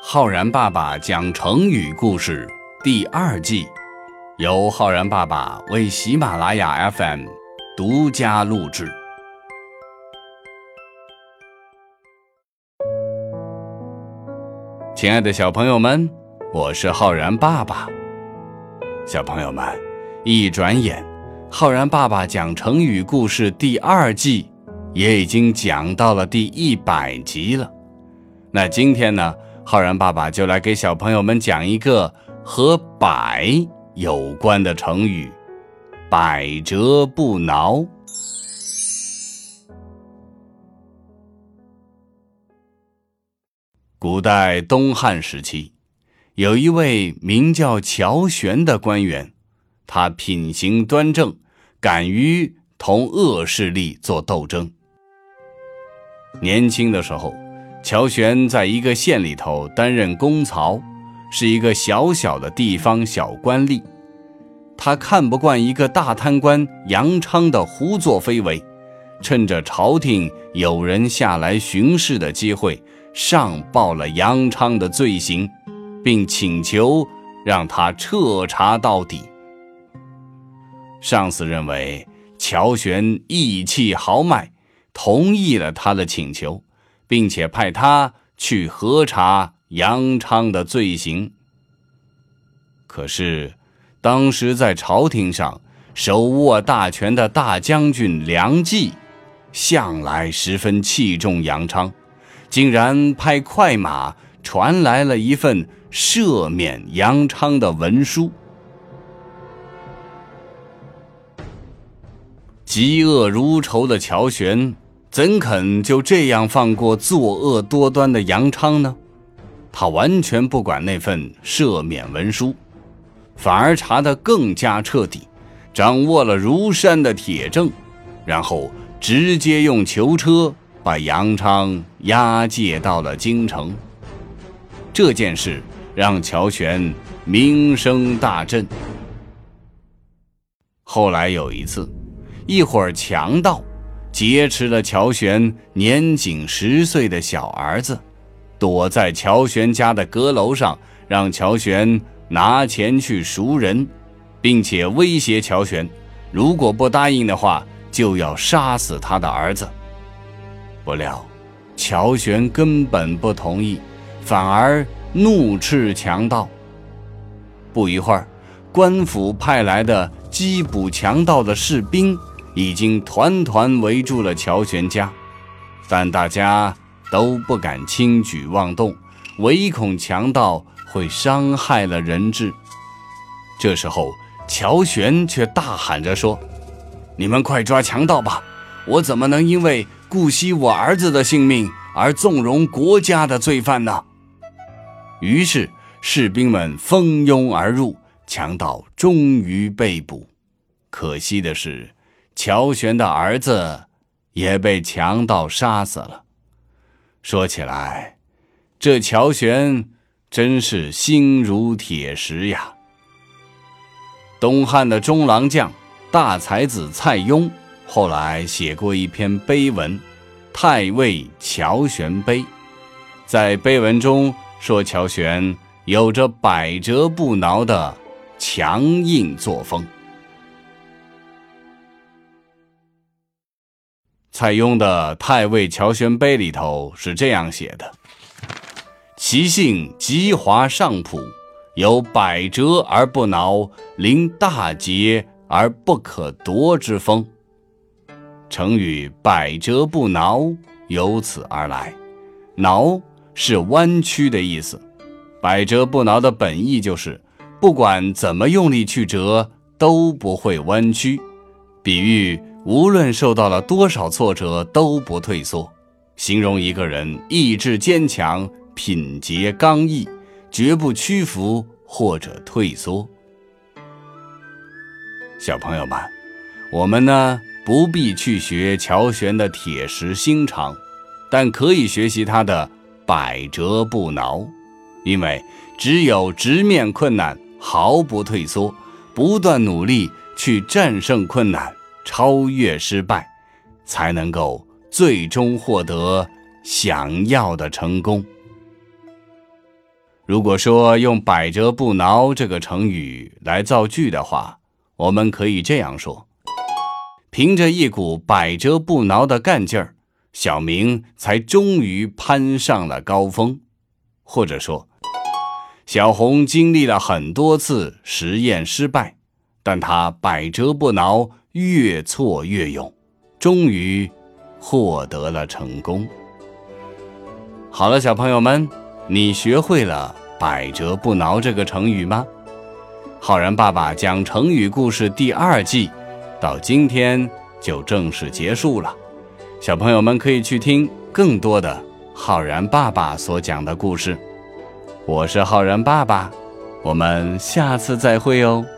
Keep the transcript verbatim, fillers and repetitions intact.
浩然爸爸讲成语故事第二季，由浩然爸爸为喜马拉雅 F M 独家录制。亲爱的小朋友们，我是浩然爸爸。小朋友们，一转眼，浩然爸爸讲成语故事第二季也已经讲到了第一百集了。那今天呢，浩然爸爸就来给小朋友们讲一个和百有关的成语，百折不挠。古代东汉时期，有一位名叫乔玄的官员，他品行端正，敢于同恶势力做斗争。年轻的时候，乔玄在一个县里头担任公曹，是一个小小的地方小官吏。他看不惯一个大贪官杨昌的胡作非为，趁着朝廷有人下来巡视的机会，上报了杨昌的罪行，并请求让他彻查到底。上司认为乔玄义气豪迈，同意了他的请求，并且派他去核查杨昌的罪行。可是当时在朝廷上手握大权的大将军梁冀向来十分器重杨昌，竟然派快马传来了一份赦免杨昌的文书。嫉恶如仇的乔玄怎肯就这样放过作恶多端的杨昌呢？他完全不管那份赦免文书，反而查得更加彻底，掌握了如山的铁证，然后直接用囚车把杨昌押解到了京城。这件事让乔玄名声大振。后来有一次，一伙强盗劫持了乔玄年仅十岁的小儿子，躲在乔玄家的阁楼上，让乔玄拿钱去赎人，并且威胁乔玄，如果不答应的话，就要杀死他的儿子。不料乔玄根本不同意，反而怒斥强盗。不一会儿，官府派来的缉捕强盗的士兵已经团团围住了乔玄家，但大家都不敢轻举妄动，唯恐强盗会伤害了人质。这时候乔玄却大喊着说：你们快抓强盗吧，我怎么能因为顾惜我儿子的性命而纵容国家的罪犯呢？于是士兵们蜂拥而入，强盗终于被捕。可惜的是，乔玄的儿子也被强盗杀死了。说起来，这乔玄真是心如铁石呀。东汉的中郎将大才子蔡邕后来写过一篇碑文《太尉乔玄碑》。在碑文中说，乔玄有着百折不挠的强硬作风。蔡邕的《太尉乔玄碑》里头是这样写的：其性极华上朴，有百折而不挠，临大节而不可夺之风。成语百折不挠由此而来，挠是弯曲的意思，百折不挠的本意就是不管怎么用力去折都不会弯曲，比喻无论受到了多少挫折都不退缩，形容一个人意志坚强，品节刚毅，绝不屈服或者退缩。小朋友们，我们呢不必去学乔玄的铁石心肠，但可以学习他的百折不挠，因为只有直面困难，毫不退缩，不断努力去战胜困难，超越失败，才能够最终获得想要的成功。 如果说用百折不挠这个成语来造句的话，我们可以这样说：凭着一股百折不挠的干劲儿，小明才终于攀上了高峰。或者说，小红经历了很多次实验失败，但他百折不挠，越挫越勇，终于获得了成功。好了，小朋友们，你学会了百折不挠这个成语吗？浩然爸爸讲成语故事第二季到今天就正式结束了，小朋友们可以去听更多的浩然爸爸所讲的故事。我是浩然爸爸，我们下次再会哦。